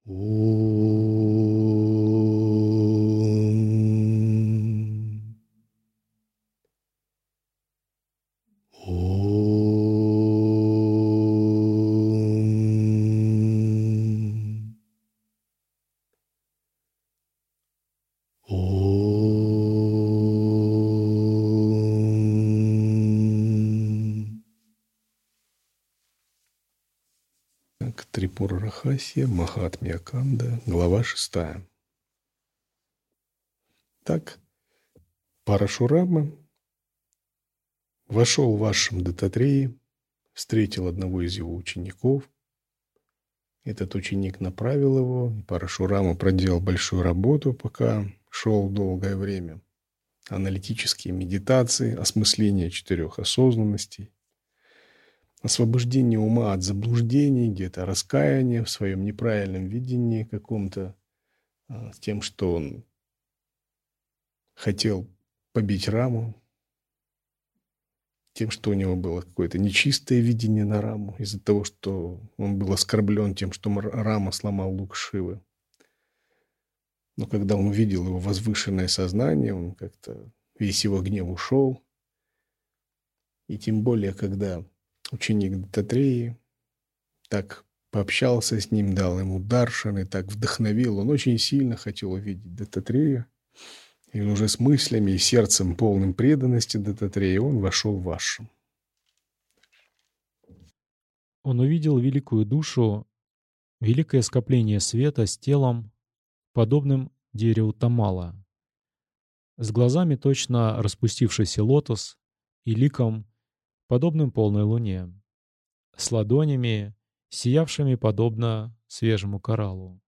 Ом. Ом. Ом. Так, Трипура Рахасия, Махатмья Канда, глава 6. Так, Парашурама вошел в ашрам Даттатреи, встретил одного из его учеников. Этот ученик направил его, и Парашурама проделал большую работу, пока шел долгое время. Аналитические медитации, осмысление 4 осознанностей, освобождение ума от заблуждений, где-то раскаяние в своем неправильном видении каком-то, с тем, что он хотел побить Раму, тем, что у него было какое-то нечистое видение на Раму, из-за того, что он был оскорблен тем, что Рама сломал лук Шивы. Но когда он увидел его возвышенное сознание, он как-то весь его гнев ушел. И тем более, когда ученик Даттатреи так пообщался с ним, дал ему даршаны, так вдохновил, он очень сильно хотел увидеть Даттатрея. И уже с мыслями и сердцем, полным преданности Даттатрея, он вошел в ашрам. Он увидел великую душу, великое скопление света с телом, подобным дереву Тамала, с глазами точно распустившийся лотос и ликом, подобным полной луне, с ладонями, сиявшими подобно свежему кораллу,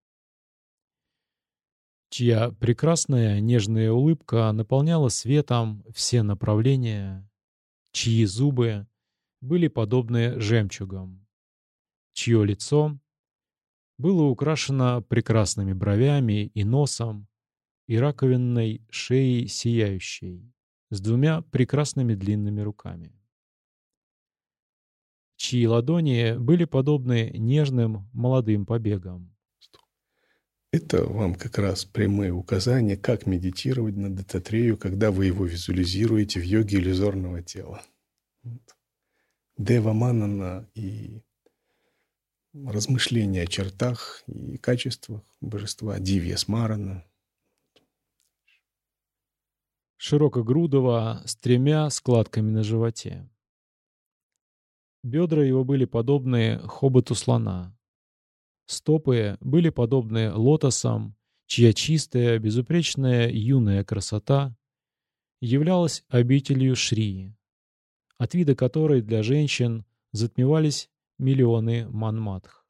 чья прекрасная нежная улыбка наполняла светом все направления, чьи зубы были подобны жемчугам, чье лицо было украшено прекрасными бровями и носом и раковинной шеей сияющей, с 2 прекрасными длинными руками, чьи ладони были подобны нежным молодым побегам. Это вам как раз прямые указания, как медитировать на Даттатрею, когда вы его визуализируете в йоге иллюзорного тела. Дева Манана и размышления о чертах и качествах божества Дивья Смарана. Широкогрудого, с 3 складками на животе. Бедра его были подобны хоботу слона. Стопы были подобны лотосам, чья чистая, безупречная юная красота являлась обителью Шри, от вида которой для женщин затмевались миллионы манмадх.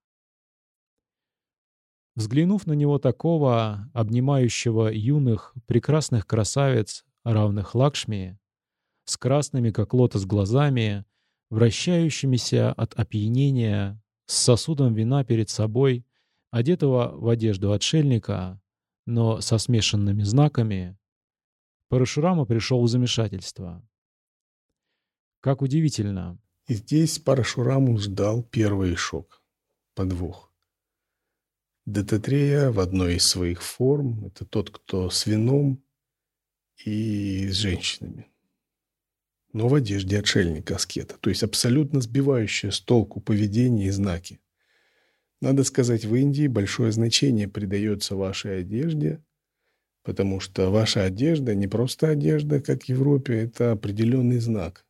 Взглянув на него такого, обнимающего юных, прекрасных красавиц, равных Лакшми, с красными, как лотос, глазами, вращающимися от опьянения, с сосудом вина перед собой, одетого в одежду отшельника, но со смешанными знаками, Парашурама пришел в замешательство. Как удивительно! И здесь Парашураму ждал первый шок, подвох. Даттатрея в одной из своих форм – это тот, кто с вином и с женщинами. Но в одежде отшельника-аскета, то есть абсолютно сбивающее с толку поведение и знаки. Надо сказать, в Индии большое значение придается вашей одежде, потому что ваша одежда не просто одежда, как в Европе, это определенный знак.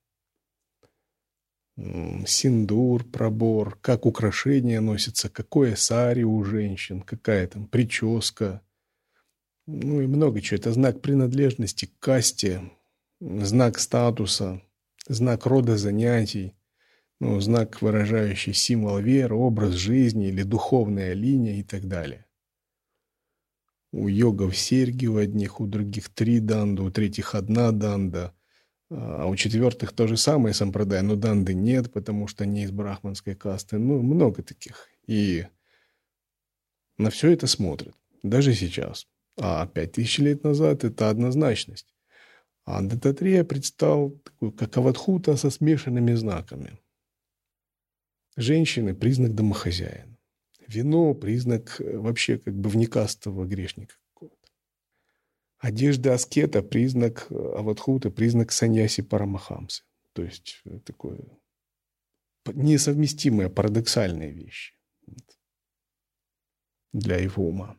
Синдур, пробор, как украшения носятся, какое сари у женщин, какая там прическа, ну и много чего. Это знак принадлежности к касте, знак статуса, знак рода занятий, ну, знак, выражающий символ веры, образ жизни или духовная линия и так далее. У йогов серьги, у одних, у других 3 данды, у третьих 1 данда, а у 4 то же самое сампрадай, но данды нет, потому что они из брахманской касты. Ну, много таких. И на все это смотрят, даже сейчас. А 5000 лет назад это однозначность. А Даттатрея предстал такой, как Аватхута со смешанными знаками. Женщины – признак домохозяина. Вино – признак вообще как бы внекастового грешника какого-то. Одежда аскета – признак авадхуты, признак саньяси парамахамсы. То есть такое несовместимые, парадоксальные вещи для его ума.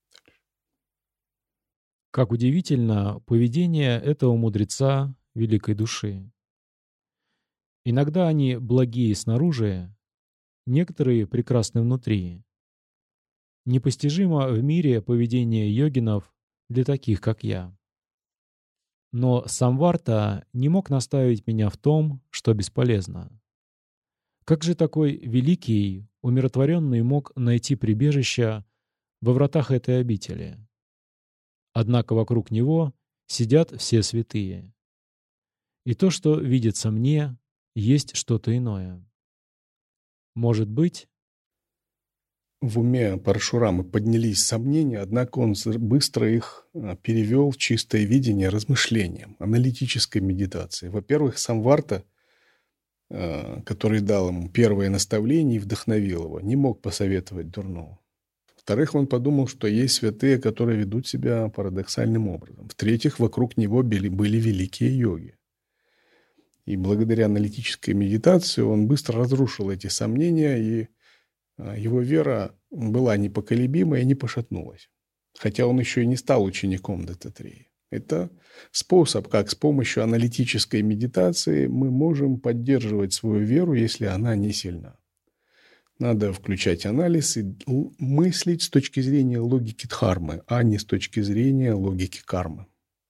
Как удивительно поведение этого мудреца великой души. Иногда они благие снаружи, некоторые прекрасны внутри. Непостижимо в мире поведение йогинов для таких, как я. Но Самварта не мог наставить меня в том, что бесполезно. Как же такой великий, умиротворенный мог найти прибежище во вратах этой обители? Однако вокруг него сидят все святые. И то, что видится мне, есть что-то иное. Может быть, в уме Парашурамы поднялись сомнения, однако он быстро их перевел в чистое видение размышлением, аналитической медитации. Во-первых, Самварта, который дал ему первое наставление и вдохновил его, не мог посоветовать дурного. Во-вторых, он подумал, что есть святые, которые ведут себя парадоксальным образом. В-третьих, вокруг него были великие йоги. И благодаря аналитической медитации он быстро разрушил эти сомнения, и его вера была непоколебима и не пошатнулась. Хотя он еще и не стал учеником Даттатрея. Это способ, как с помощью аналитической медитации мы можем поддерживать свою веру, если она не сильна. Надо включать анализ и мыслить с точки зрения логики дхармы, а не с точки зрения логики кармы.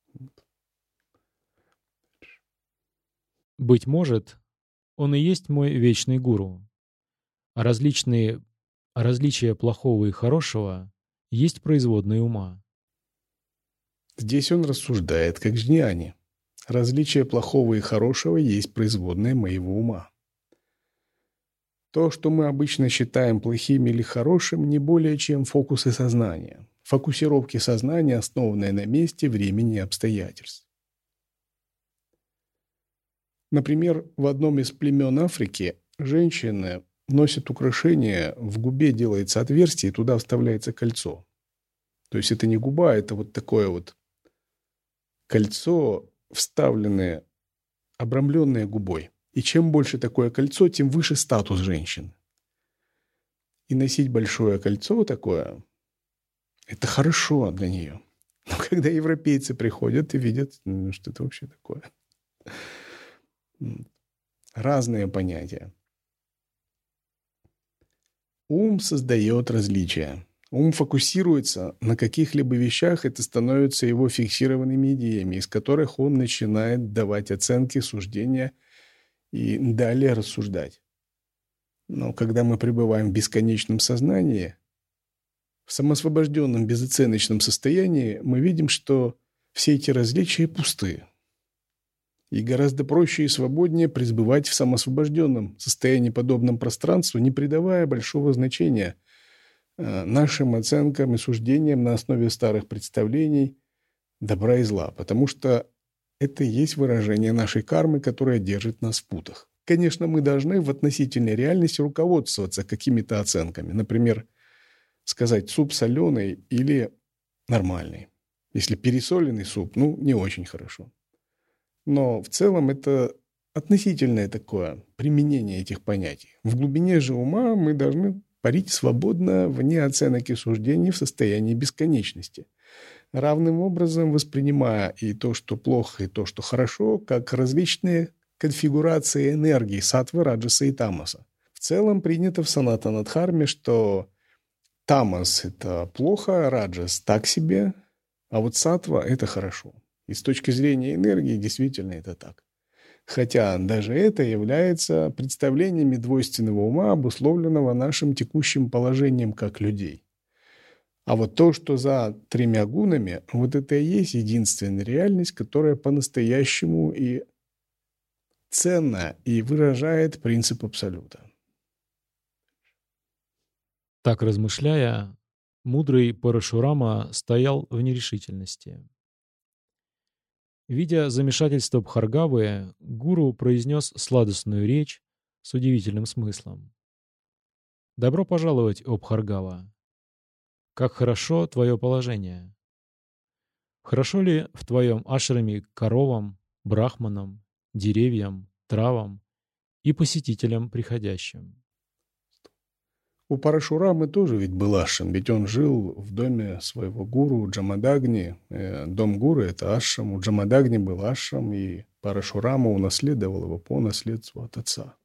быть может, он и есть мой вечный гуру. А различия плохого и хорошего есть производные ума. Здесь он рассуждает, как джняни. Различие плохого и хорошего есть производное моего ума. То, что мы обычно считаем плохим или хорошим, не более чем фокусы сознания. Фокусировки сознания, основанные на месте, времени и обстоятельств. Например, в одном из племен Африки женщины носят украшения, в губе делается отверстие, и туда вставляется кольцо. То есть это не губа, это вот такое вот кольцо, вставленное, обрамленное губой. И чем больше такое кольцо, тем выше статус женщины. И носить большое кольцо такое, это хорошо для нее. Но когда европейцы приходят и видят, что это вообще такое. Разные понятия. Ум создает различия. Ум фокусируется на каких-либо вещах, это становится его фиксированными идеями, из которых он начинает давать оценки, суждения и далее рассуждать. Но когда мы пребываем в бесконечном сознании, в самоосвобожденном безоценочном состоянии, мы видим, что все эти различия пусты. И гораздо проще и свободнее пребывать в самоосвобожденном состоянии, подобном пространству, не придавая большого значения нашим оценкам и суждениям на основе старых представлений добра и зла, потому что это и есть выражение нашей кармы, которая держит нас в путах. Конечно, мы должны в относительной реальности руководствоваться какими-то оценками. Например, сказать суп соленый или нормальный. Если пересоленный суп, не очень хорошо. Но в целом это относительное такое применение этих понятий. В глубине же ума мы должны парить свободно, вне оценок и суждений, в состоянии бесконечности. Равным образом воспринимая и то, что плохо, и то, что хорошо, как различные конфигурации энергии саттвы, раджаса и тамаса. В целом принято в санатана-дхарме, что тамас – это плохо, раджас – так себе, а вот саттва – это хорошо. И с точки зрения энергии действительно это так. Хотя даже это является представлениями двойственного ума, обусловленного нашим текущим положением как людей. А вот то, что за тремя гунами, вот это и есть единственная реальность, которая по-настоящему и ценна и выражает принцип абсолюта. Так размышляя, мудрый Парашурама стоял в нерешительности. Видя замешательство Бхаргавы, гуру произнес сладостную речь с удивительным смыслом. Добро пожаловать, Обхаргава. Как хорошо твое положение. Хорошо ли в твоем ашраме коровам, брахманам, деревьям, травам и посетителям приходящим? У Парашурамы тоже ведь был ашрам, ведь он жил в доме своего гуру Джамадагни. Дом гуру – это ашрам. У Джамадагни был ашрам, и Парашурама унаследовал его по наследству от отца.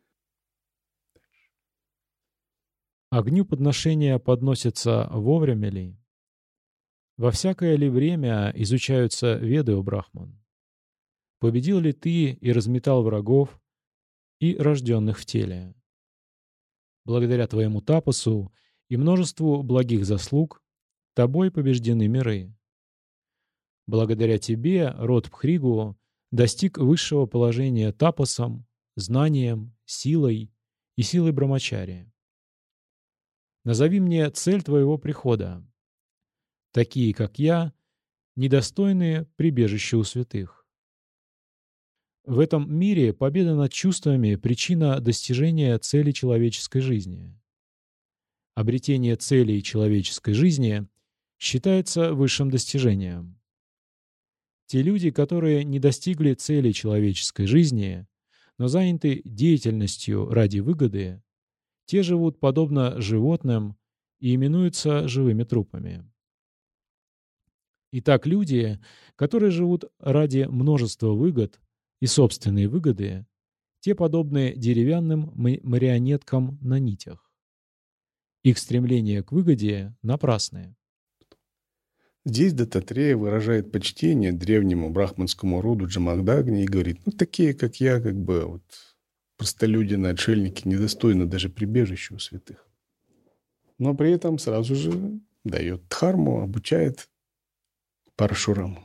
Огню подношения подносятся вовремя ли? Во всякое ли время изучаются веды, о Брахман? Победил ли ты и разметал врагов и рожденных в теле? Благодаря твоему тапасу и множеству благих заслуг тобой побеждены миры. Благодаря тебе род Пхригу достиг высшего положения тапасом, знанием, силой и силой Брамачари. Назови мне цель твоего прихода. Такие, как я, недостойны прибежища у святых. В этом мире победа над чувствами – причина достижения цели человеческой жизни. Обретение целей человеческой жизни считается высшим достижением. Те люди, которые не достигли цели человеческой жизни, но заняты деятельностью ради выгоды, те живут подобно животным и именуются живыми трупами. Итак, люди, которые живут ради множества выгод и собственной выгоды, те подобны деревянным марионеткам на нитях. Их стремление к выгоде напрасное. Здесь Даттатрея выражает почтение древнему брахманскому роду Джамадагни и говорит, такие, как я, простолюдины, отшельники, недостойны даже прибежища у святых. Но при этом сразу же дает дхарму, обучает Парашураму.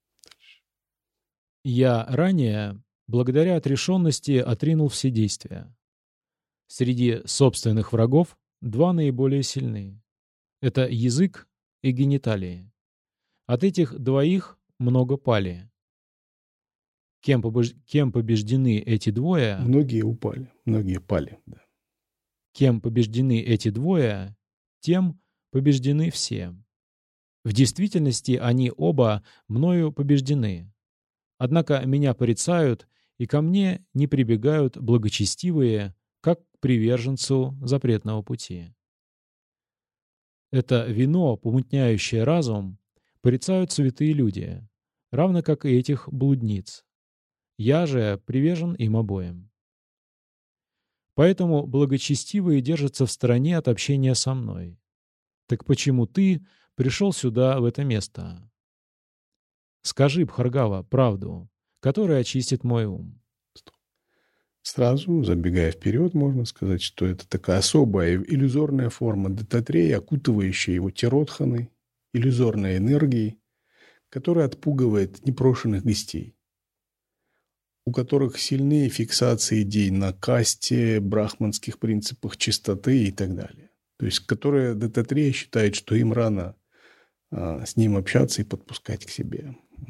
Я ранее, благодаря отрешенности, отринул все действия. Среди собственных врагов два наиболее сильны. Это язык и гениталии. От этих двоих много пали. Кем побеждены эти двое? Многие упали, многие пали. Да. Кем побеждены эти двое, тем побеждены все. В действительности они оба мною побеждены. Однако меня порицают, и ко мне не прибегают благочестивые, как к приверженцу запретного пути. Это вино, помутняющее разум, порицают святые люди, равно как и этих блудниц. Я же привержен им обоим. Поэтому благочестивые держатся в стороне от общения со мной. Так почему ты пришел сюда, в это место? Скажи, Бхаргава, правду, которая очистит мой ум. Сразу, забегая вперед, можно сказать, что это такая особая иллюзорная форма Даттатреи, окутывающая его тиродханой, иллюзорной энергией, которая отпугивает непрошенных гостей, у которых сильные фиксации идей на касте, брахманских принципах чистоты и так далее. То есть, которые Даттатрея считает, что им рано с ним общаться и подпускать к себе.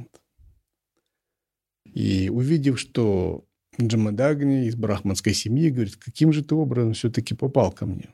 И увидев, что Джамадагни из брахманской семьи говорит, каким же ты образом все-таки попал ко мне?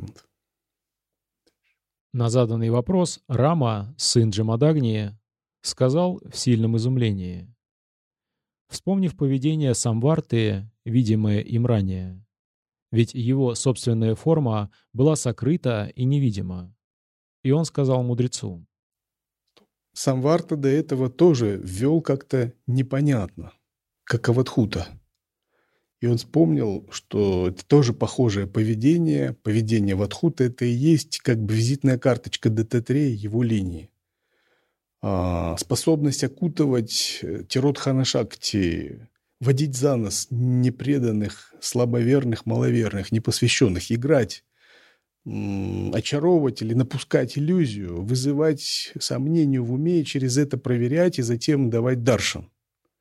На заданный вопрос Рама, сын Джамадагни, сказал в сильном изумлении. Вспомнив поведение Самварты, видимое им ранее, ведь его собственная форма была сокрыта и невидима. И он сказал мудрецу. Самварта до этого тоже вел как-то непонятно, как Аватхута. И он вспомнил, что это тоже похожее поведение. Поведение Аватхута – это и есть как бы визитная карточка Даттатрея, его линии. Способность окутывать Тиродхана Шакти, водить за нос непреданных, слабоверных, маловерных, непосвященных, играть, очаровывать или напускать иллюзию, вызывать сомнения в уме, и через это проверять и затем давать даршан.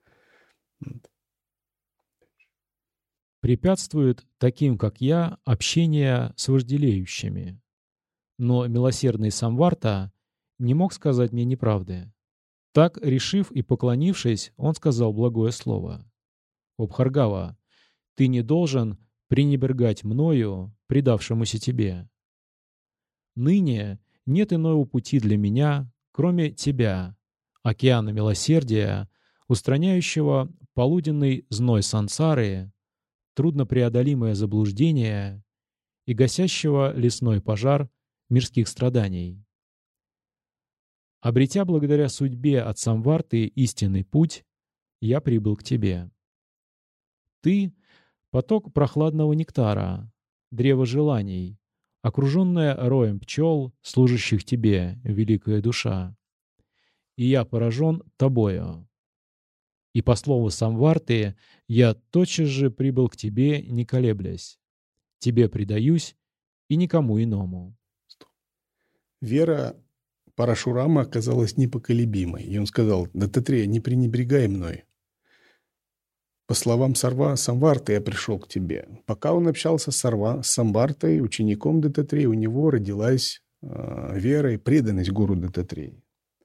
Препятствует таким, как я, общение с вожделеющими. Но милосердный Самварта не мог сказать мне неправды. Так, решив и поклонившись, он сказал благое слово. «О Бхаргава, ты не должен пренебрегать мною, предавшемуся тебе. Ныне нет иного пути для меня, кроме тебя, океана милосердия, устраняющего полуденный зной сансары, труднопреодолимое заблуждение и гасящего лесной пожар мирских страданий. Обретя благодаря судьбе от Самварты истинный путь, я прибыл к тебе. Ты — поток прохладного нектара, древо желаний, окруженное роем пчел, служащих тебе, великая душа. И я поражен тобою. И по слову Самварты, я тотчас же прибыл к тебе, не колеблясь. Тебе предаюсь и никому иному. Вера Парашурама оказалась непоколебимой, и он сказал: «Даттатрея, не пренебрегай мной. По словам Самварты, я пришел к тебе». Пока он общался с Самвартой, учеником Даттатреи, у него родилась вера и преданность гуру Даттатреи.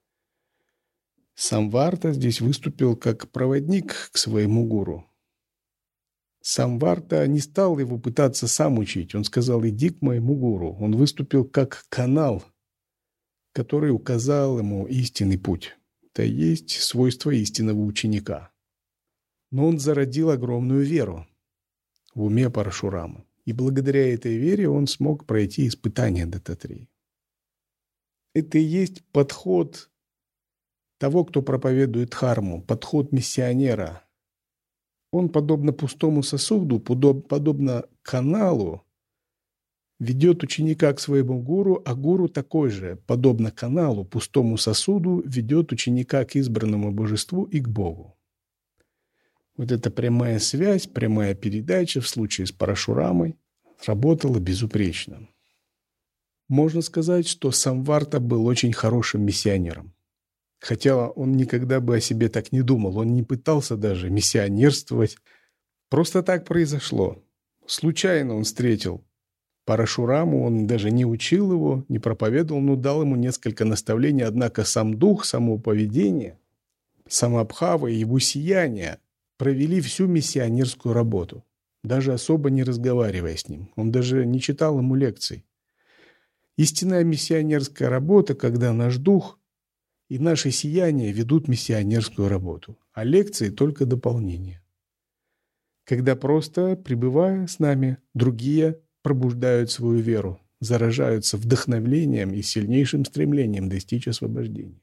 Самварта здесь выступил как проводник к своему гуру. Самварта не стал его пытаться сам учить. Он сказал: «Иди к моему гуру». Он выступил как канал, который указал ему истинный путь. Это и есть свойство истинного ученика. Но он зародил огромную веру в уме Парашурамы. И благодаря этой вере он смог пройти испытание Даттатреи. Это и есть подход того, кто проповедует дхарму, подход миссионера. Он, подобно пустому сосуду, подобно каналу, ведет ученика к своему гуру, а гуру такой же, подобно каналу, пустому сосуду, ведет ученика к избранному божеству и к Богу. Вот эта прямая связь, прямая передача в случае с Парашурамой работала безупречно. Можно сказать, что Самварта был очень хорошим миссионером. Хотя он никогда бы о себе так не думал, он не пытался даже миссионерствовать. Просто так произошло. Случайно он встретил Парашураму, он даже не учил его, не проповедовал, но дал ему несколько наставлений. Однако сам дух, само поведение, самообхава и его сияние провели всю миссионерскую работу, даже особо не разговаривая с ним. Он даже не читал ему лекций. Истинная миссионерская работа, когда наш дух и наше сияние ведут миссионерскую работу, а лекции только дополнение. Когда просто, пребывая с нами, другие пробуждают свою веру, заражаются вдохновением и сильнейшим стремлением достичь освобождения.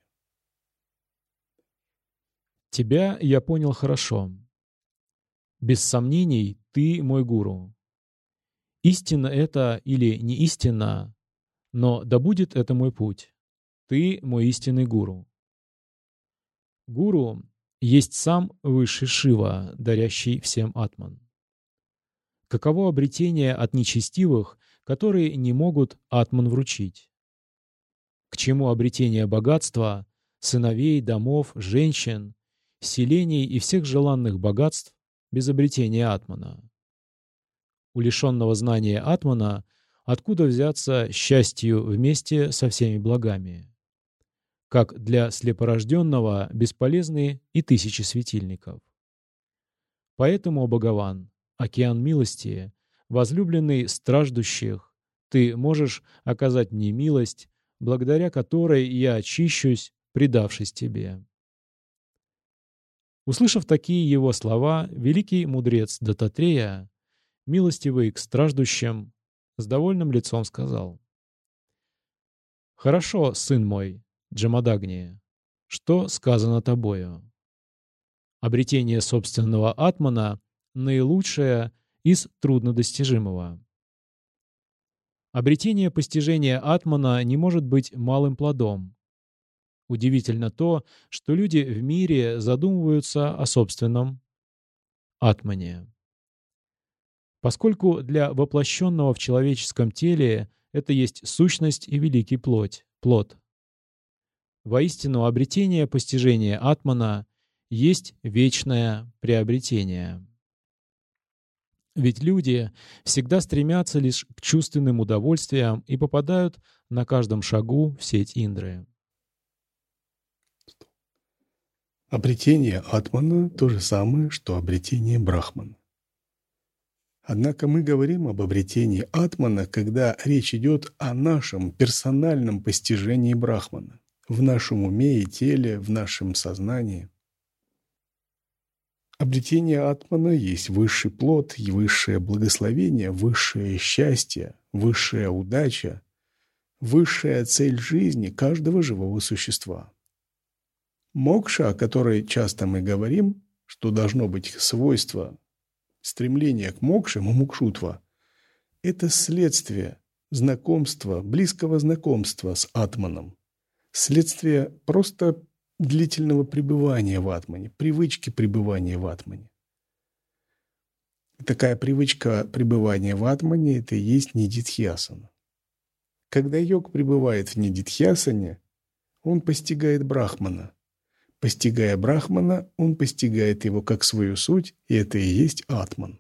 Тебя я понял хорошо. Без сомнений, ты мой гуру. Истина это или не истина, но да будет это мой путь. Ты мой истинный гуру. Гуру есть сам высший Шива, дарящий всем атман. Каково обретение от нечестивых, которые не могут атман вручить? К чему обретение богатства, сыновей, домов, женщин, селений и всех желанных богатств без обретения атмана? У лишенного знания атмана откуда взяться счастью вместе со всеми благами? Как для слепорожденного бесполезны и тысячи светильников. Поэтому, о Бхагаван, океан милости, возлюбленный страждущих, ты можешь оказать мне милость, благодаря которой я очищусь, предавшись тебе. Услышав такие его слова, великий мудрец Даттатрея, милостивый к страждущим, с довольным лицом сказал: «Хорошо, сын мой, Джамадагни, что сказано тобою? Обретение собственного атмана — наилучшее из труднодостижимого. Обретение постижения атмана не может быть малым плодом. Удивительно то, что люди в мире задумываются о собственном атмане. Поскольку для воплощенного в человеческом теле это есть сущность и великий плод. Воистину, обретение постижения атмана есть вечное приобретение. Ведь люди всегда стремятся лишь к чувственным удовольствиям и попадают на каждом шагу в сеть Индры. Обретение атмана – то же самое, что обретение брахмана. Однако мы говорим об обретении атмана, когда речь идет о нашем персональном постижении брахмана в нашем уме и теле, в нашем сознании. Обретение атмана есть высший плод, и высшее благословение, высшее счастье, высшая удача, высшая цель жизни каждого живого существа. Мокша, о которой часто мы говорим, что должно быть свойство стремление к мокше, мумукшутва, это следствие знакомства, близкого знакомства с атманом, следствие просто длительного пребывания в атмане, привычки пребывания в атмане. Такая привычка пребывания в атмане – это и есть нидидхьясана. Когда йог пребывает в нидидхьясане, он постигает брахмана. Постигая брахмана, он постигает его как свою суть, и это и есть атман.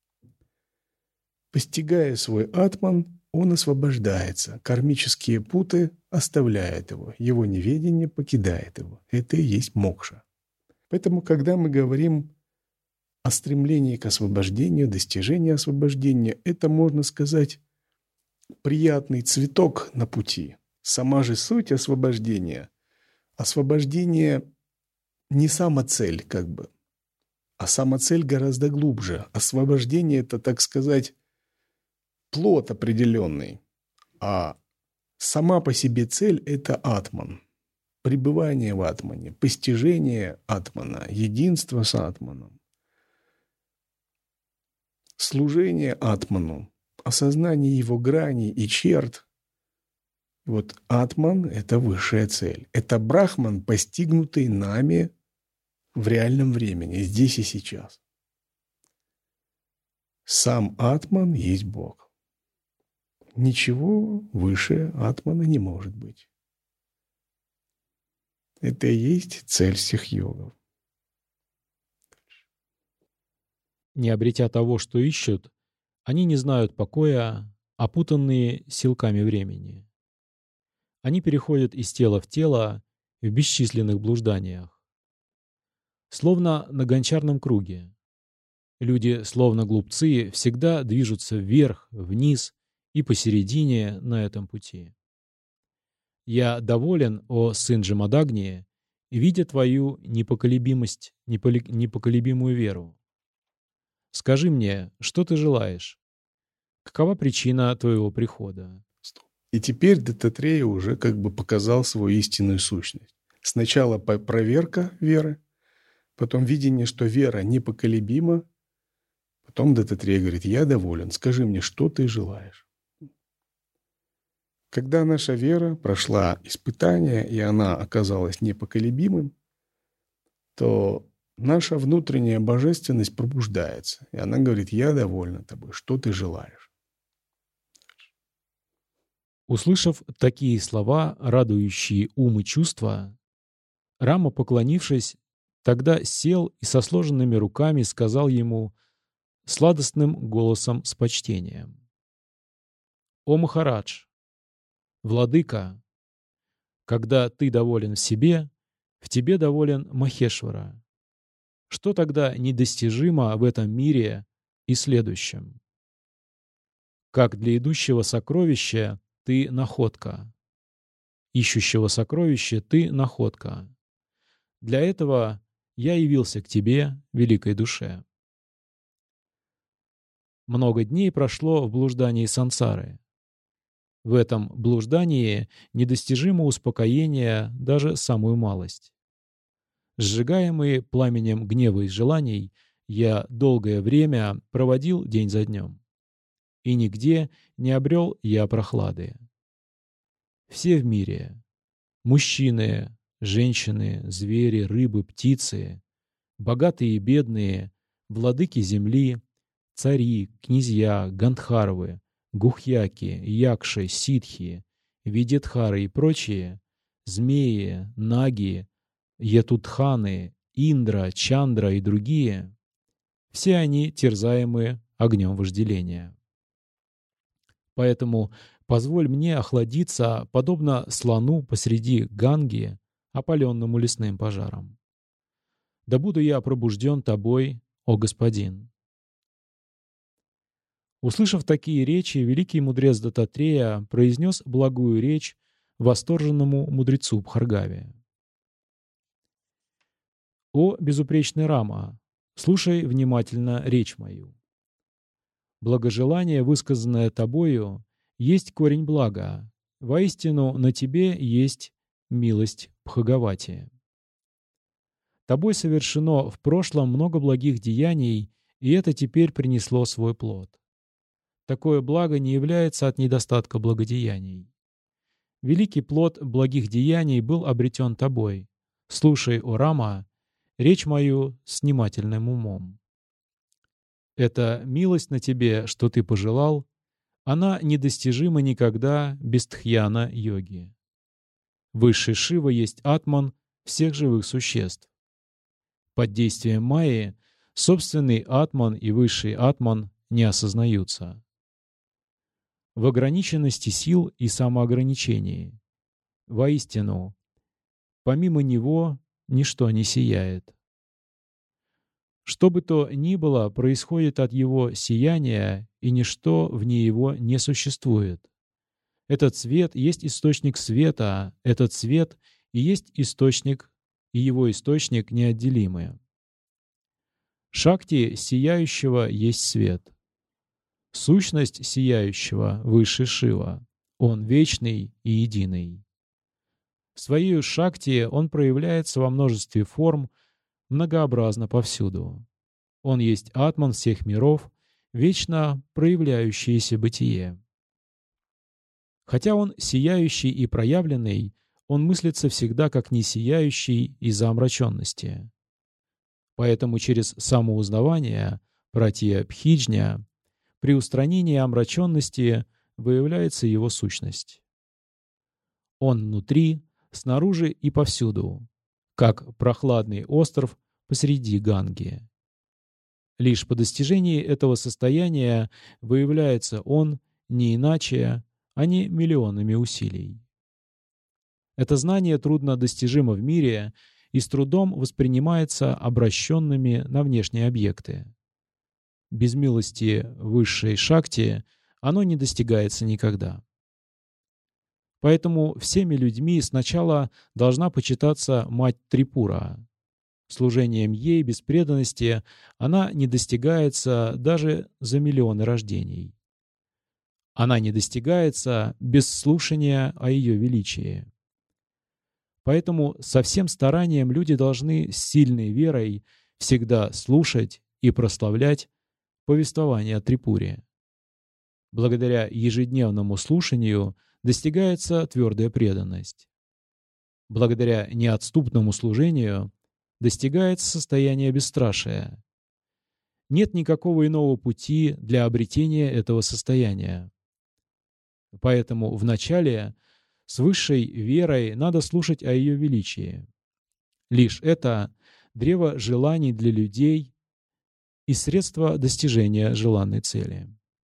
Постигая свой атман, он освобождается, кармические путы оставляют его неведение покидает его. Это и есть мокша. Поэтому, когда мы говорим о стремлении к освобождению, достижении освобождения, это, можно сказать, приятный цветок на пути. Сама же суть освобождения. Освобождение не самоцель, а самоцель гораздо глубже. Освобождение – это, так сказать, плод определенный, а сама по себе цель – это атман. Пребывание в атмане, постижение атмана, единство с атманом, служение атману, осознание его граней и черт. Вот атман – это высшая цель. Это брахман, постигнутый нами в реальном времени, здесь и сейчас. Сам атман есть Бог. Ничего выше атмана не может быть. Это и есть цель всех йогов. Не обретя того, что ищут, они не знают покоя, опутанные силками времени. Они переходят из тела в тело в бесчисленных блужданиях. Словно на гончарном круге. Люди, словно глупцы, всегда движутся вверх, вниз и посередине на этом пути. Я доволен, о сын Джамадагни, видя твою непоколебимость, непоколебимую веру. Скажи мне, что ты желаешь? Какова причина твоего прихода? И теперь Даттатрея уже показал свою истинную сущность. Сначала проверка веры, потом видение, что вера непоколебима. Потом Даттатрея говорит: я доволен, скажи мне, что ты желаешь. Когда наша вера прошла испытание, и она оказалась непоколебимым, то наша внутренняя божественность пробуждается. И она говорит: я довольна тобой, что ты желаешь. Услышав такие слова, радующие ум и чувства, Рама, поклонившись, тогда сел и со сложенными руками сказал ему сладостным голосом с почтением: «О Махарадж, владыка, когда ты доволен в себе, в тебе доволен Махешвара. Что тогда недостижимо в этом мире и следующем? Как для идущего сокровища ты находка, ищущего сокровища ты находка. Для этого я явился к тебе, великой душе». Много дней прошло в блуждании сансары. В этом блуждании недостижимо успокоение даже самую малость. Сжигаемый пламенем гнева и желаний, я долгое время проводил день за днем. И нигде не обрел я прохлады. Все в мире — мужчины, женщины, звери, рыбы, птицы, богатые и бедные, владыки земли, цари, князья, гандхарвы, гухьяки, якши, ситхи, видетхары и прочие, змеи, наги, ятутханы, Индра, Чандра и другие, все они терзаемы огнем вожделения. Поэтому позволь мне охладиться, подобно слону посреди Ганги, опаленному лесным пожаром. Да буду я пробужден тобой, о господин. Услышав такие речи, великий мудрец Дататрея произнес благую речь восторженному мудрецу Бхаргаве. «О безупречный Рама, слушай внимательно речь мою. Благожелание, высказанное тобою, есть корень блага. Воистину, на тебе есть милость Бхагавати. Тобой совершено в прошлом много благих деяний, и это теперь принесло свой плод. Такое благо не является от недостатка благодеяний. Великий плод благих деяний был обретен тобой. Слушай, о Рама, речь мою с внимательным умом. Эта милость на тебе, что ты пожелал, она недостижима никогда без тхьяна-йоги. Высший Шива есть атман всех живых существ. Под действием майи собственный атман и высший атман не осознаются. В ограниченности сил и самоограничении. Воистину, помимо него ничто не сияет. Что бы то ни было, происходит от его сияния, и ничто вне его не существует. Этот свет есть источник света, этот свет и есть источник, и его источник неотделимы. Шакти сияющего есть свет. Сущность сияющего — высший Шива. Он вечный и единый. Своею шакти он проявляется во множестве форм, многообразно повсюду. Он есть атман всех миров, вечно проявляющееся бытие. Хотя он сияющий и проявленный, он мыслится всегда как несияющий из-за омраченности. Поэтому через самоузнавание, пратья Бхиджня, при устранении омраченности выявляется его сущность. Он внутри, снаружи и повсюду, как прохладный остров посреди Ганги. Лишь по достижении этого состояния выявляется он не иначе, а не миллионами усилий. Это знание трудно достижимо в мире и с трудом воспринимается обращенными на внешние объекты. Без милости высшей шакти оно не достигается никогда. Поэтому всеми людьми сначала должна почитаться мать Трипура. Служением ей без преданности она не достигается даже за миллионы рождений. Она не достигается без слушания о ее величии. Поэтому со всем старанием люди должны с сильной верой всегда слушать и прославлять повествование о Трипуре. Благодаря ежедневному слушанию достигается твердая преданность. Благодаря неотступному служению достигается состояние бесстрашия. Нет никакого иного пути для обретения этого состояния. Поэтому вначале с высшей верой надо слушать о ее величии. Лишь это древо желаний для людей и средство достижения желанной цели.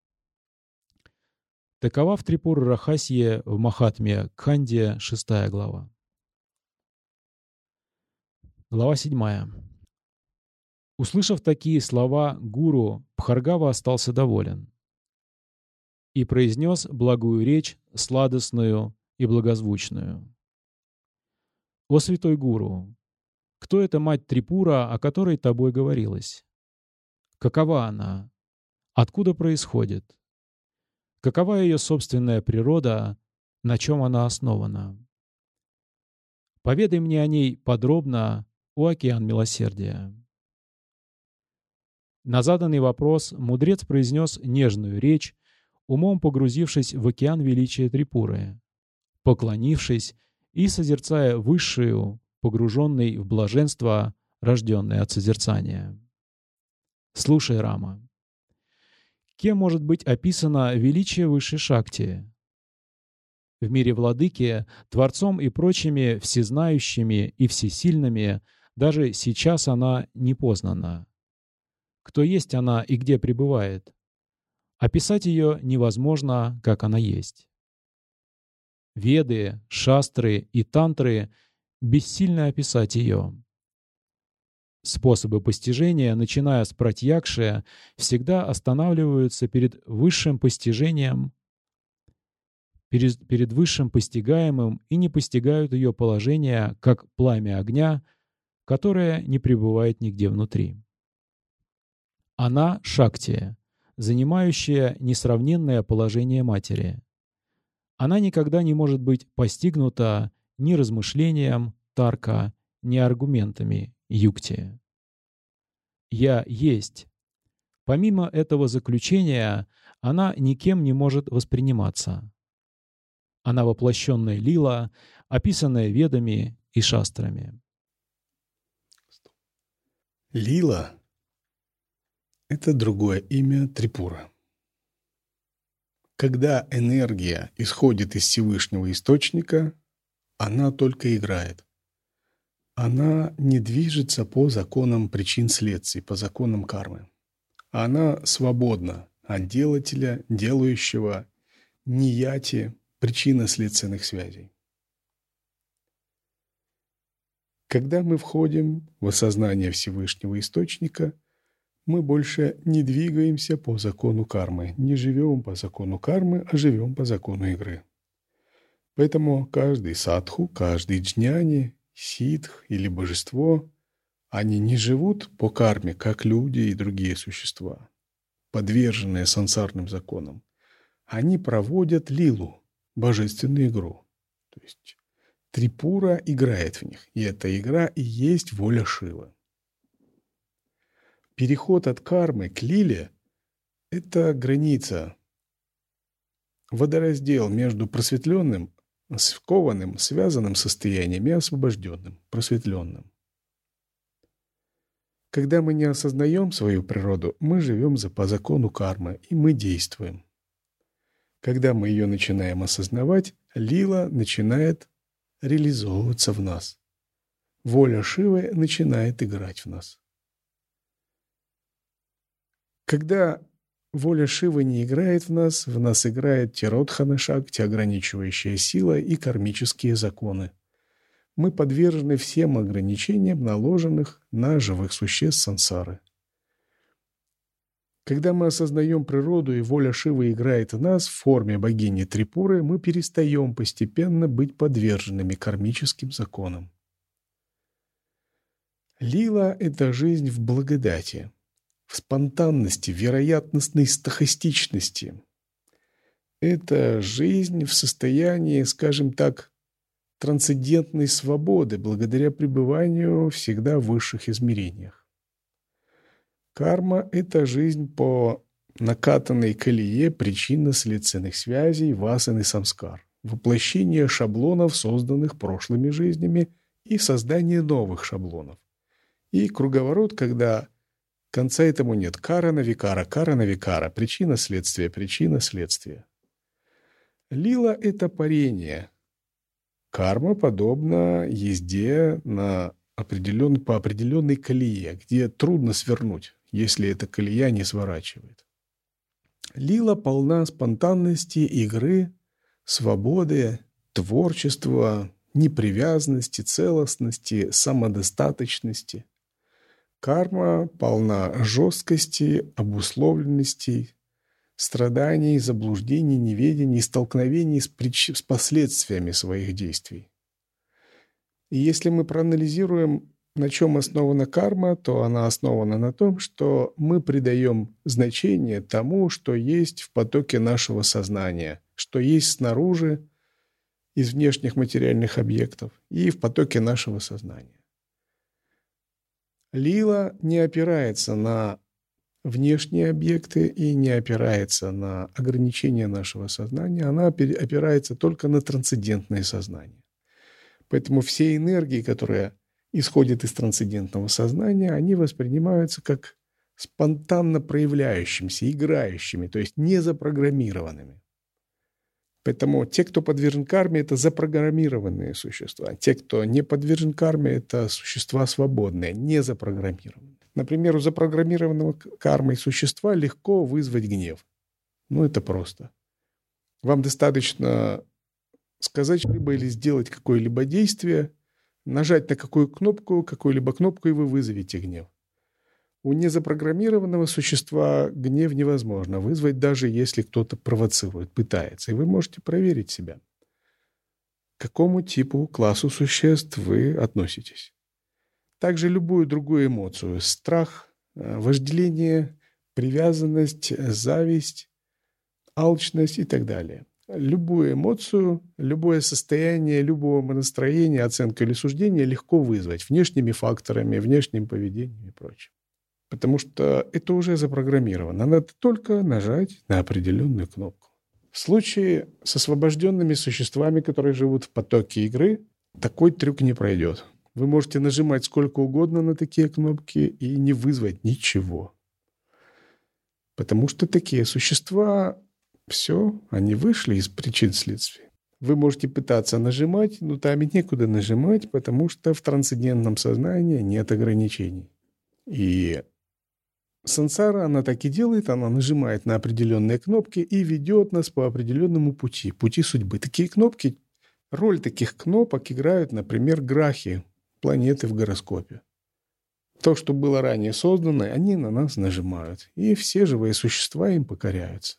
Такова в Трипура-Рахасье в Махатме Кханде 6 глава. Глава 7. Услышав такие слова гуру, Бхаргава остался доволен и произнес благую речь, сладостную и благозвучную. «О святой гуру, кто эта мать Трипура, о которой тобой говорилось? Какова она? Откуда происходит? Какова ее собственная природа, на чем она основана? Поведай мне о ней подробно, о океан милосердия». На заданный вопрос мудрец произнес нежную речь, умом погрузившись в океан величия Трипуры, поклонившись и созерцая высшую, погруженный в блаженство, рожденное от созерцания. Слушай, Рама. Кем может быть описано величие высшей шакти? В мире владыки, творцом и прочими всезнающими и всесильными даже сейчас она не познана. Кто есть она и где пребывает? Описать ее невозможно, как она есть. Веды, шастры и тантры бессильно описать ее. Способы постижения, начиная с пратьякши, всегда останавливаются перед высшим постижением, перед высшим постигаемым и не постигают ее положение как пламя огня, которое не пребывает нигде внутри. Она — Шакти, занимающая несравненное положение матери. Она никогда не может быть постигнута ни размышлением, тарка, ни аргументами, юкти. «Я есть». Помимо этого заключения, она никем не может восприниматься. Она воплощенная лила, описанная ведами и шастрами. Лила — это другое имя Трипура. Когда энергия исходит из Всевышнего Источника, она только играет. Она не движется по законам причин-следствий, по законам кармы. Она свободна от делателя, делающего, нияти, причинно-следственных связей. Когда мы входим в осознание Всевышнего Источника, мы больше не двигаемся по закону кармы, не живем по закону кармы, а живем по закону игры. Поэтому каждый садху, каждый джняни, ситх или божество, они не живут по карме, как люди и другие существа, подверженные сансарным законам. Они проводят лилу, божественную игру. То есть Трипура играет в них, и эта игра и есть воля Шивы. Переход от кармы к лиле – это граница, водораздел между просветленным, скованным, связанным состоянием и освобожденным, просветленным. Когда мы не осознаем свою природу, мы живем по закону кармы, и мы действуем. Когда мы ее начинаем осознавать, лила начинает реализовываться в нас. Воля Шивы начинает играть в нас. Когда воля Шивы не играет в нас играет тиродхана шакти, ограничивающая сила, и кармические законы. Мы подвержены всем ограничениям, наложенных на живых существ сансары. Когда мы осознаем природу и воля Шивы играет в нас в форме богини Трипуры, мы перестаем постепенно быть подверженными кармическим законам. Лила – это жизнь в благодати, в спонтанности, в вероятностной стохастичности. Это жизнь в состоянии, скажем так, трансцендентной свободы, благодаря пребыванию всегда в высших измерениях. Карма – это жизнь по накатанной колее причинно-следственных связей, васан и самскар, воплощение шаблонов, созданных прошлыми жизнями, и создание новых шаблонов. И круговорот, когда конца этому нет. Карана-викара, карана-викара, причина-следствие, причина-следствие. Лила – это парение. Карма подобна езде по определенной колее, где трудно свернуть, если эта колея не сворачивает. Лила полна спонтанности, игры, свободы, творчества, непривязанности, целостности, самодостаточности. Карма полна жесткости, обусловленностей, страданий, заблуждений, неведений, столкновений с последствиями своих действий. И если мы проанализируем, на чем основана карма, то она основана на том, что мы придаем значение тому, что есть в потоке нашего сознания, что есть снаружи, из внешних материальных объектов, и в потоке нашего сознания. Лила не опирается на внешние объекты и не опирается на ограничения нашего сознания, она опирается только на трансцендентное сознание. Поэтому все энергии, которые исходят из трансцендентного сознания, они воспринимаются как спонтанно проявляющимися, играющими, то есть не запрограммированными. Поэтому те, кто подвержен карме, это запрограммированные существа. Те, кто не подвержен карме, это существа свободные, не запрограммированные. Например, у запрограммированного кармой существа легко вызвать гнев. Это просто. Вам достаточно сказать что-либо или сделать какое-либо действие, нажать на какую-либо кнопку, и вы вызовете гнев. У незапрограммированного существа гнев невозможно вызвать, даже если кто-то провоцирует, пытается. И вы можете проверить себя, к какому типу, классу существ вы относитесь. Также любую другую эмоцию – страх, вожделение, привязанность, зависть, алчность и так далее. Любую эмоцию, любое состояние, любого настроения, оценку или суждения легко вызвать внешними факторами, внешним поведением и прочим. Потому что это уже запрограммировано. Надо только нажать на определенную кнопку. В случае с освобожденными существами, которые живут в потоке игры, такой трюк не пройдет. Вы можете нажимать сколько угодно на такие кнопки и не вызвать ничего. Потому что такие существа, все, они вышли из причин следствия. Вы можете пытаться нажимать, но там и некуда нажимать, потому что в трансцендентном сознании нет ограничений. И сансара, она так и делает, она нажимает на определенные кнопки и ведет нас по определенному пути судьбы. Роль таких кнопок играют, например, грахи, планеты в гороскопе. То, что было ранее создано, они на нас нажимают, и все живые существа им покоряются.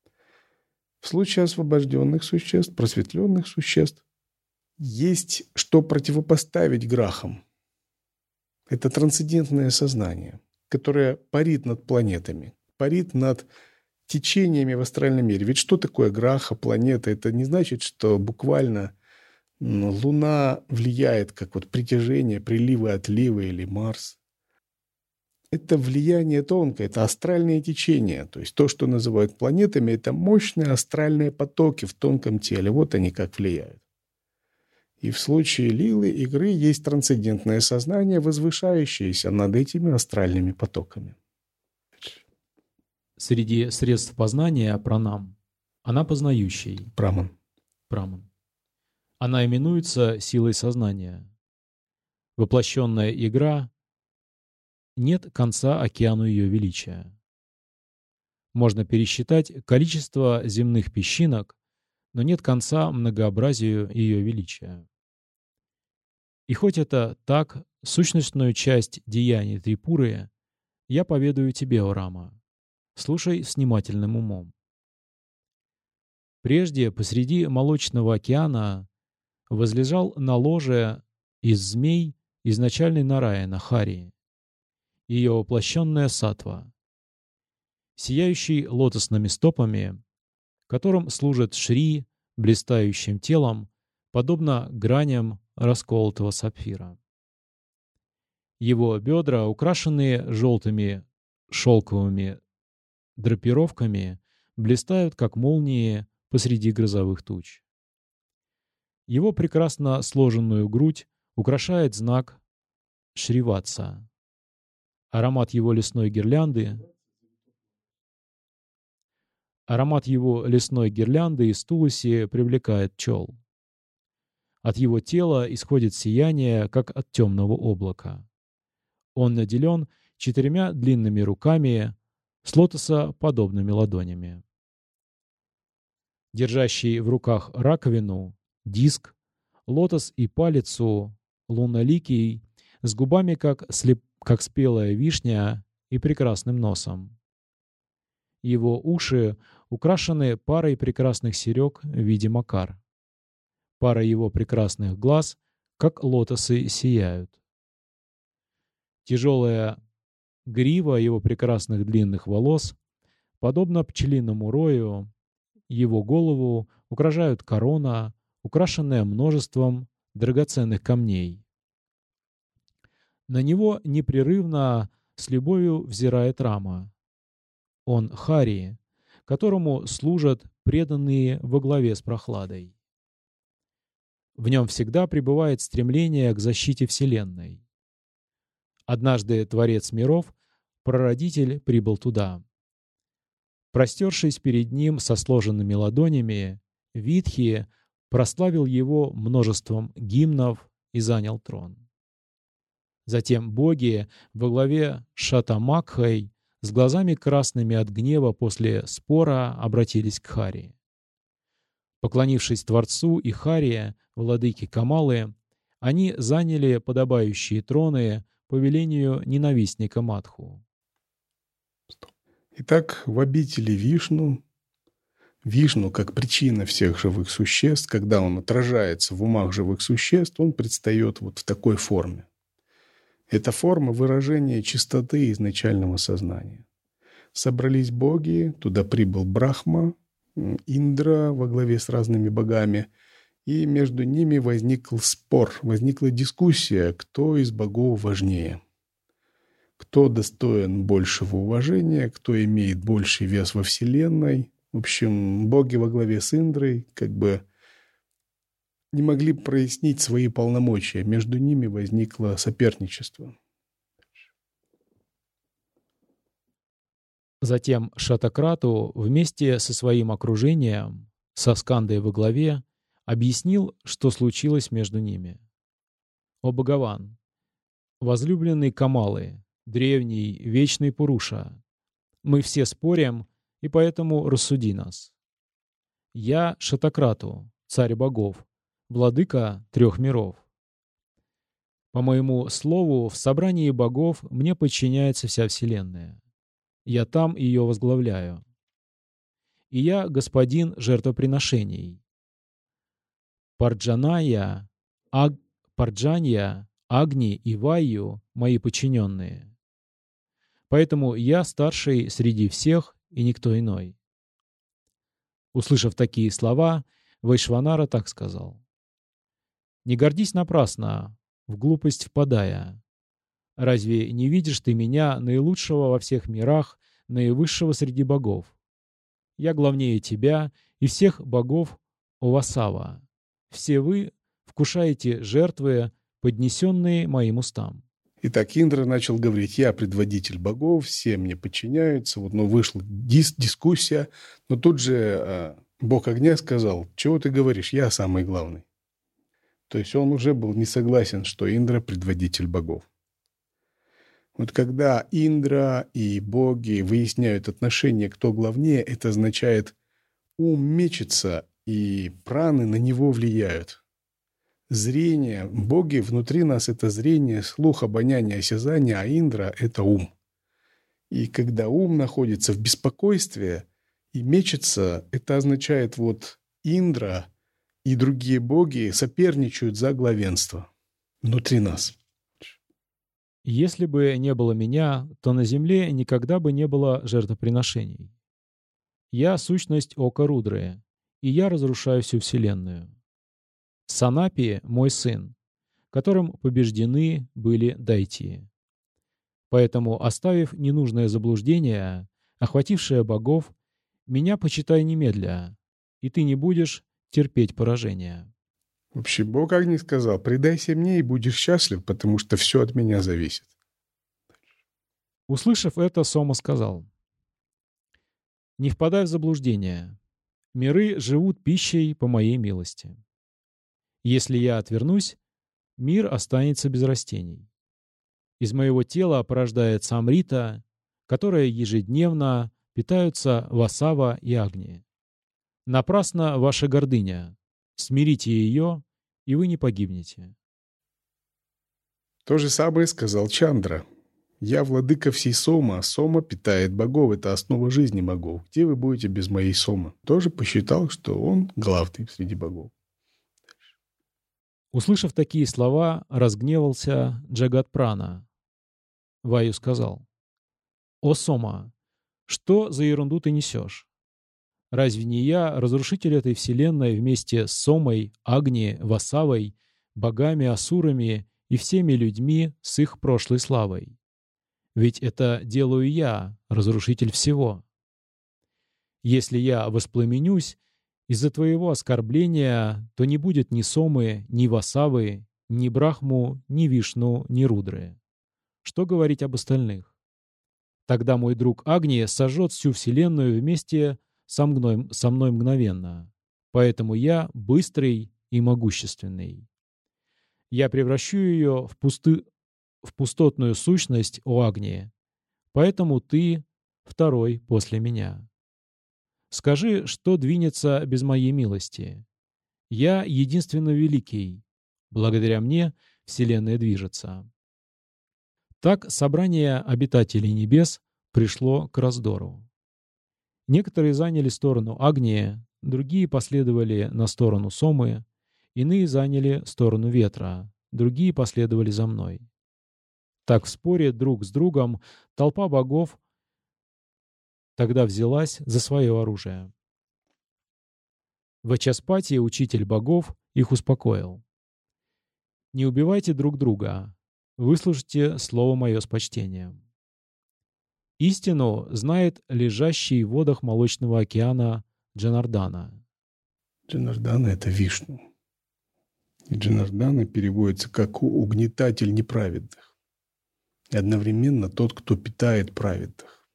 В случае освобожденных существ, просветленных существ, есть что противопоставить грахам. Это трансцендентное сознание, которое парит над планетами, парит над течениями в астральном мире. Ведь что такое граха, планета? Это не значит, что буквально Луна влияет, как вот притяжение, приливы, отливы или Марс. Это влияние тонкое, это астральные течения. То есть то, что называют планетами, это мощные астральные потоки в тонком теле. Вот они как влияют. И в случае лилы игры есть трансцендентное сознание, возвышающееся над этими астральными потоками. Среди средств познания пранам она познающий. Праман. Она именуется силой сознания. Воплощенная игра — нет конца океану ее величия. Можно пересчитать количество земных песчинок, но нет конца многообразию ее величия. И хоть это так, сущностную часть деяний Трипуры я поведаю тебе, о Рама. Слушай с внимательным умом. Прежде посреди молочного океана возлежал на ложе из змей изначальный Нараяна Хари, ее воплощенная саттва, сияющий лотосными стопами, которым служит Шри блистающим телом, подобно граням расколотого сапфира. Его бедра, украшенные желтыми шелковыми драпировками, блистают, как молнии посреди грозовых туч. Его прекрасно сложенную грудь украшает знак Шриватса. Аромат его лесной гирлянды из тулуси привлекает пчел. От его тела исходит сияние, как от темного облака. Он наделен 4 длинными руками с лотосоподобными ладонями. Держащий в руках раковину, диск, лотос и палицу, лунноликий, с губами, как спелая вишня, и прекрасным носом. Его уши украшены парой прекрасных серег в виде макар. Пара его прекрасных глаз, как лотосы, сияют. Тяжелая грива его прекрасных длинных волос, подобно пчелиному рою, его голову украшают корона, украшенная множеством драгоценных камней. На него непрерывно с любовью взирает Рама. Он Хари, которому служат преданные во главе с прохладой. В нем всегда пребывает стремление к защите Вселенной. Однажды Творец миров, Прародитель, прибыл туда. Простершись перед ним со сложенными ладонями, Витхи прославил его множеством гимнов и занял трон. Затем боги во главе с Шатамакхой с глазами красными от гнева после спора обратились к Хари. Поклонившись Творцу и Хари, владыке Камалы, Они заняли подобающие троны по велению ненавистника Мадху. Итак, в обители Вишну как причина всех живых существ, когда он отражается в умах живых существ, он предстает вот в такой форме. Это форма выражения чистоты изначального сознания. Собрались боги, туда прибыл Брахма, Индра во главе с разными богами, и между ними возник спор, возникла дискуссия, кто из богов важнее. Кто достоин большего уважения, кто имеет больший вес во Вселенной. В общем, боги во главе с Индрой как бы не могли прояснить свои полномочия. Между ними возникло соперничество. Затем Шатакрату вместе со своим окружением, со Скандой во главе, объяснил, что случилось между ними. «О Бхагаван, возлюбленный Камалы, древний, вечный Пуруша, мы все спорим, и поэтому рассуди нас. Я Шатакрату, царь богов, владыка 3 миров. По моему слову, в собрании богов мне подчиняется вся Вселенная. Я там ее возглавляю. И я господин жертвоприношений. Парджанья, Агни и Вайю — мои подчиненные. Поэтому я старший среди всех и никто иной». Услышав такие слова, Вайшванара так сказал: «Не гордись напрасно, в глупость впадая. Разве не видишь ты меня, наилучшего во всех мирах, наивысшего среди богов? Я главнее тебя и всех богов Овасава. Все вы вкушаете жертвы, поднесенные моим устам». Итак, Индра начал говорить: я предводитель богов, все мне подчиняются. Вот, но вышла дискуссия, но тут же бог огня сказал: чего ты говоришь, я самый главный. То есть он уже был не согласен, что Индра предводитель богов. Вот когда Индра и боги выясняют отношения, кто главнее, это означает, ум мечется, и праны на него влияют. Зрение, боги внутри нас — это зрение, слух, обоняние, осязание, а Индра — это ум. И когда ум находится в беспокойстве и мечется, это означает, вот Индра и другие боги соперничают за главенство внутри нас. «Если бы не было меня, то на земле никогда бы не было жертвоприношений. Я — сущность Ока Рудры, и я разрушаю всю Вселенную. Санапи — мой сын, которым побеждены были дайтии. Поэтому, оставив ненужное заблуждение, охватившее богов, меня почитай немедля, и ты не будешь терпеть поражения». Вообще, Бог как не сказал: предайся мне и будешь счастлив, потому что все от меня зависит. Услышав это, Сома сказал: «Не впадай в заблуждение. Миры живут пищей по моей милости. Если я отвернусь, мир останется без растений. Из моего тела порождается Амрита, которая ежедневно питаются Васава и Агни. Напрасно ваша гордыня. Смирите ее, и вы не погибнете». То же самое сказал Чандра. Я владыка всей Сома, а Сома питает богов. Это основа жизни богов. Где вы будете без моей Сомы? Тоже посчитал, что он главный среди богов. Услышав такие слова, разгневался Джагатпрана. Ваю сказал: «О Сома, что за ерунду ты несешь? Разве не я разрушитель этой вселенной вместе с Сомой, Агни, Васавой, богами, асурами и всеми людьми с их прошлой славой? Ведь это делаю я, разрушитель всего. Если я воспламенюсь из-за твоего оскорбления, то не будет ни Сомы, ни Васавы, ни Брахму, ни Вишну, ни Рудры. Что говорить об остальных? Тогда мой друг Агни сожжет всю Вселенную вместе со мной мгновенно. Поэтому я быстрый и могущественный. Я превращу ее в пустотную сущность, о Агни. Поэтому ты второй после меня. Скажи, что двинется без моей милости? Я единственно великий. Благодаря мне Вселенная движется. Так собрание обитателей небес пришло к раздору. Некоторые заняли сторону Агнии, другие последовали на сторону Сомы, иные заняли сторону Ветра, другие последовали за мной. Так в споре друг с другом толпа богов тогда взялась за свое оружие. Вачаспати, учитель богов, их успокоил. «Не убивайте друг друга. Выслушайте слово мое с почтением. Истину знает лежащий в водах Молочного океана Джанардана». Джанардана — это Вишну. И Джанардана переводится как угнетатель неправедных. И одновременно тот, кто питает праведных.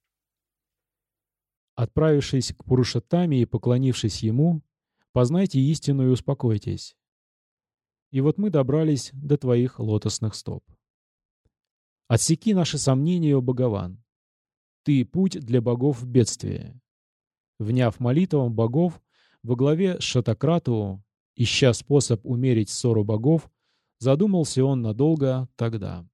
Отправившись к Пурушаттаме и поклонившись ему, познайте истину и успокойтесь. И вот мы добрались до твоих лотосных стоп. Отсеки наши сомнения, о Бхагаван. Ты — путь для богов в бедствии. Вняв молитвам богов, во главе с Шатакрату, ища способ умерить ссору богов, задумался он надолго тогда.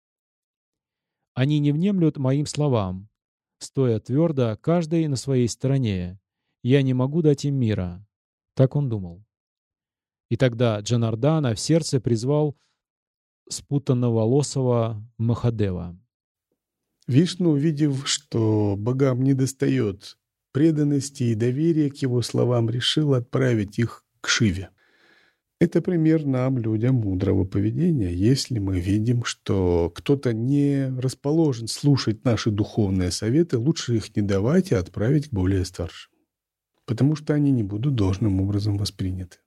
Они не внемлют моим словам. Стоя твердо, каждый на своей стороне, я не могу дать им мира. Так он думал. И тогда Джанардана в сердце призвал спутанноволосого Махадева. Вишну, увидев, что богам недостает преданности и доверия к его словам, решил отправить их к Шиве. Это пример нам, людям мудрого поведения. Если мы видим, что кто-то не расположен слушать наши духовные советы, лучше их не давать и отправить к более старшим, потому что они не будут должным образом восприняты.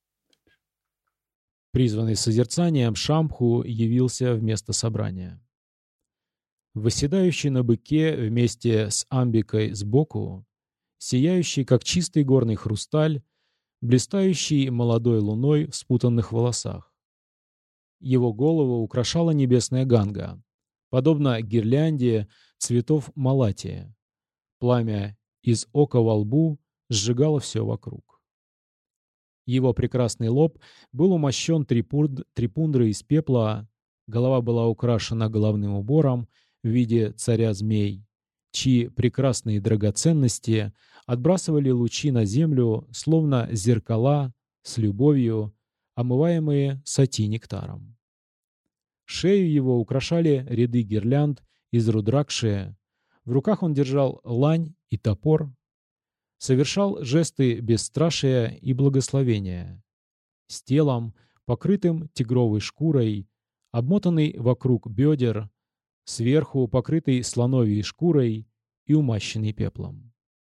Призванный созерцанием, Шамбху явился вместо собрания. Восседающий на быке вместе с Амбикой сбоку, сияющий, как чистый горный хрусталь, блистающий молодой луной в спутанных волосах. Его голову украшала небесная ганга, подобно гирлянде цветов малатии. Пламя из ока во лбу сжигало все вокруг. Его прекрасный лоб был умощен трипундрой из пепла, голова была украшена головным убором в виде царя-змей, чьи прекрасные драгоценности отбрасывали лучи на землю, словно зеркала с любовью, омываемые сати-нектаром. Шею его украшали ряды гирлянд из рудракши, в руках он держал лань и топор, совершал жесты бесстрашия и благословения, с телом, покрытым тигровой шкурой, обмотанный вокруг бедер, сверху покрытый слоновьей шкурой и умащенный пеплом.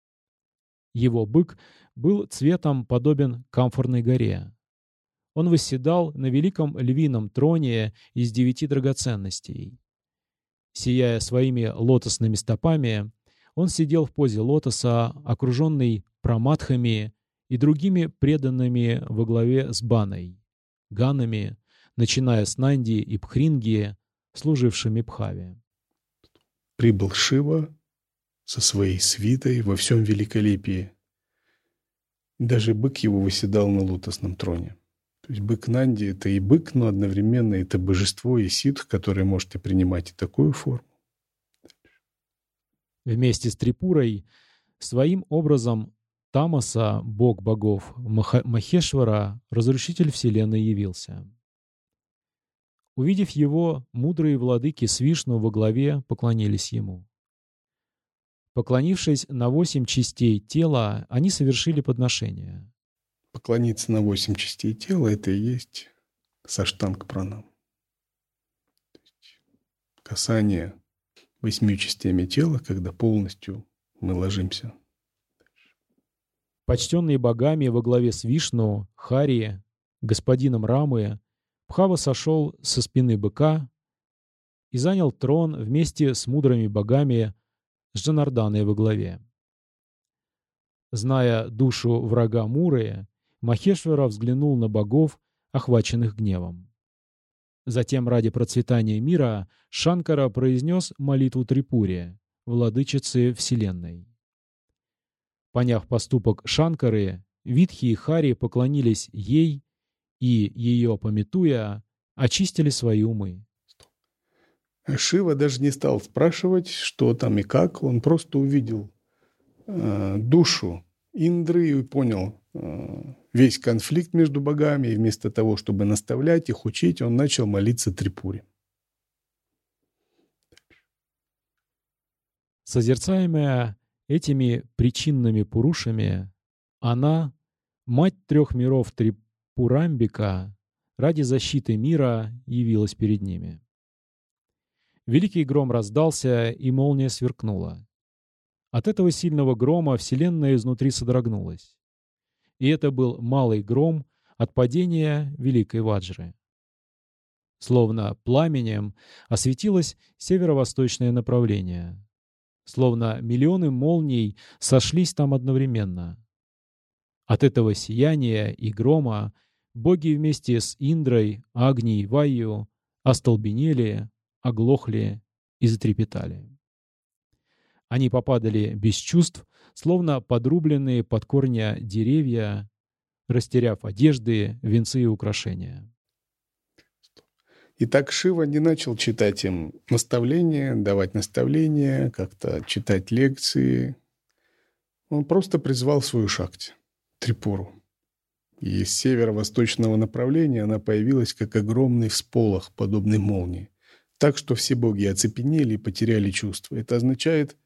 Его бык был цветом подобен камфорной горе. Он восседал на великом львином троне из 9 драгоценностей. Сияя своими лотосными стопами, он сидел в позе лотоса, окруженный праматхами и другими преданными во главе с Баной, ганами, начиная с Нанди и Пхринги, служившими Бхаве. Прибыл Шива со своей свитой во всем великолепии. Даже бык его восседал на лотосном троне. То есть бык Нанди — это и бык, но одновременно это божество и ситх, которое может и принимать и такую форму. Вместе с Трипурой своим образом Тамаса, бог богов, Махешвара, разрушитель вселенной, явился. Увидев его, мудрые владыки с Вишну во главе поклонились ему. Поклонившись на 8 частей тела, они совершили подношение. Поклониться на 8 частей тела — это и есть саштанг пранам. То есть касание 8 частями тела, когда полностью мы ложимся. Почтенные богами во главе с Вишну, Хари, господином Рамы, Бхава сошел со спины быка и занял трон вместе с мудрыми богами с Джанарданой во главе. Зная душу врага Муры, Махешвара взглянул на богов, охваченных гневом. Затем ради процветания мира Шанкара произнес молитву Трипуре, владычицы Вселенной. Поняв поступок Шанкары, Витхи и Хари поклонились ей и, ее памятуя, очистили свои умы. Шива даже не стал спрашивать, что там и как. Он просто увидел душу Индры и понял весь конфликт между богами. И вместо того, чтобы наставлять их, учить, он начал молиться Трипуре. Созерцаемая этими причинными пурушами, она, мать трех миров Трипурамбика, ради защиты мира явилась перед ними. Великий гром раздался, и молния сверкнула. От этого сильного грома вселенная изнутри содрогнулась. И это был малый гром от падения великой Ваджры. Словно пламенем осветилось северо-восточное направление. Словно миллионы молний сошлись там одновременно. От этого сияния и грома боги вместе с Индрой, Агней, Вайю остолбенели, оглохли и затрепетали. Они попадали без чувств, словно подрубленные под корня деревья, растеряв одежды, венцы и украшения. И так Шива не начал читать им наставления, давать наставления, как-то читать лекции. Он просто призвал свою Шакти, Трипуру. И из северо-восточного направления она появилась как огромный всполох, подобный молнии. Так что все боги оцепенели и потеряли чувства. Это означает,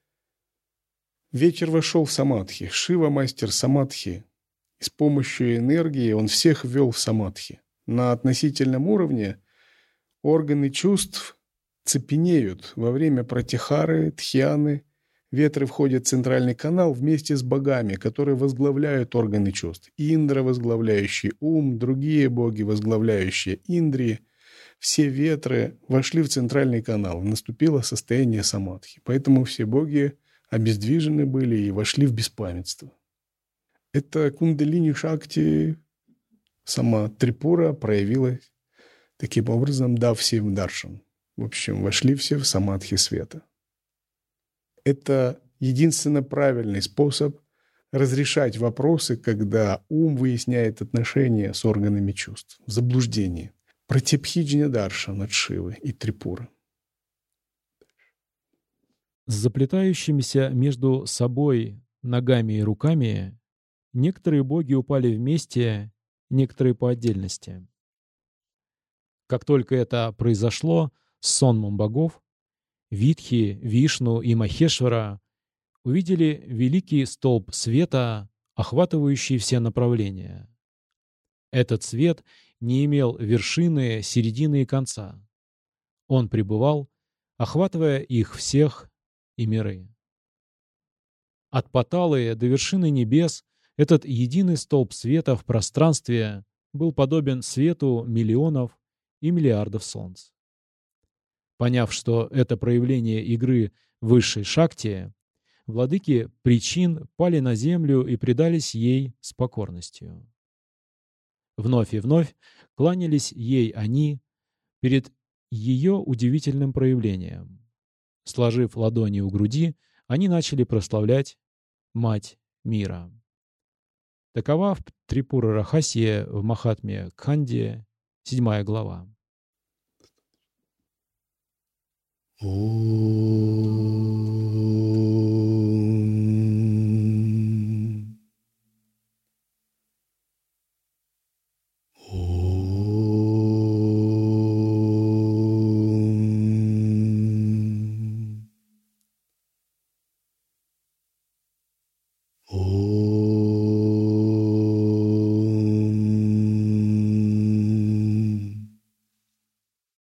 вечер вошел в самадхи. Шива – мастер самадхи. И с помощью энергии он всех ввел в самадхи. На относительном уровне органы чувств цепенеют. Во время пратихары, тхьяны, ветры входят в центральный канал вместе с богами, которые возглавляют органы чувств. Индра, возглавляющий ум, другие боги, возглавляющие Индрии. Все ветры вошли в центральный канал. Наступило состояние самадхи. Поэтому все боги обездвижены были и вошли в беспамятство. Это кундалини Шакти, сама Трипура, проявилась таким образом, дав всем даршан. В общем, вошли все в самадхи света. Это единственно правильный способ разрешать вопросы, когда ум выясняет отношения с органами чувств в заблуждении. Пратипхиджня даршан от Шивы и Трипуры. С заплетающимися между собой ногами и руками некоторые боги упали вместе, некоторые по отдельности. Как только это произошло с сонмом богов, Витхи, Вишну и Махешвара увидели великий столб света, охватывающий все направления. Этот свет не имел вершины, середины и конца. Он пребывал, охватывая их всех и миры. От Паталы до вершины небес этот единый столб света в пространстве был подобен свету миллионов и миллиардов солнц. Поняв, что это проявление игры высшей Шакти, владыки причин пали на землю и предались ей с покорностью. Вновь и вновь кланялись ей они перед ее удивительным проявлением. Сложив ладони у груди, они начали прославлять Мать мира. Такова Трипура Рахасия в Махатме Кханде, 7 глава. О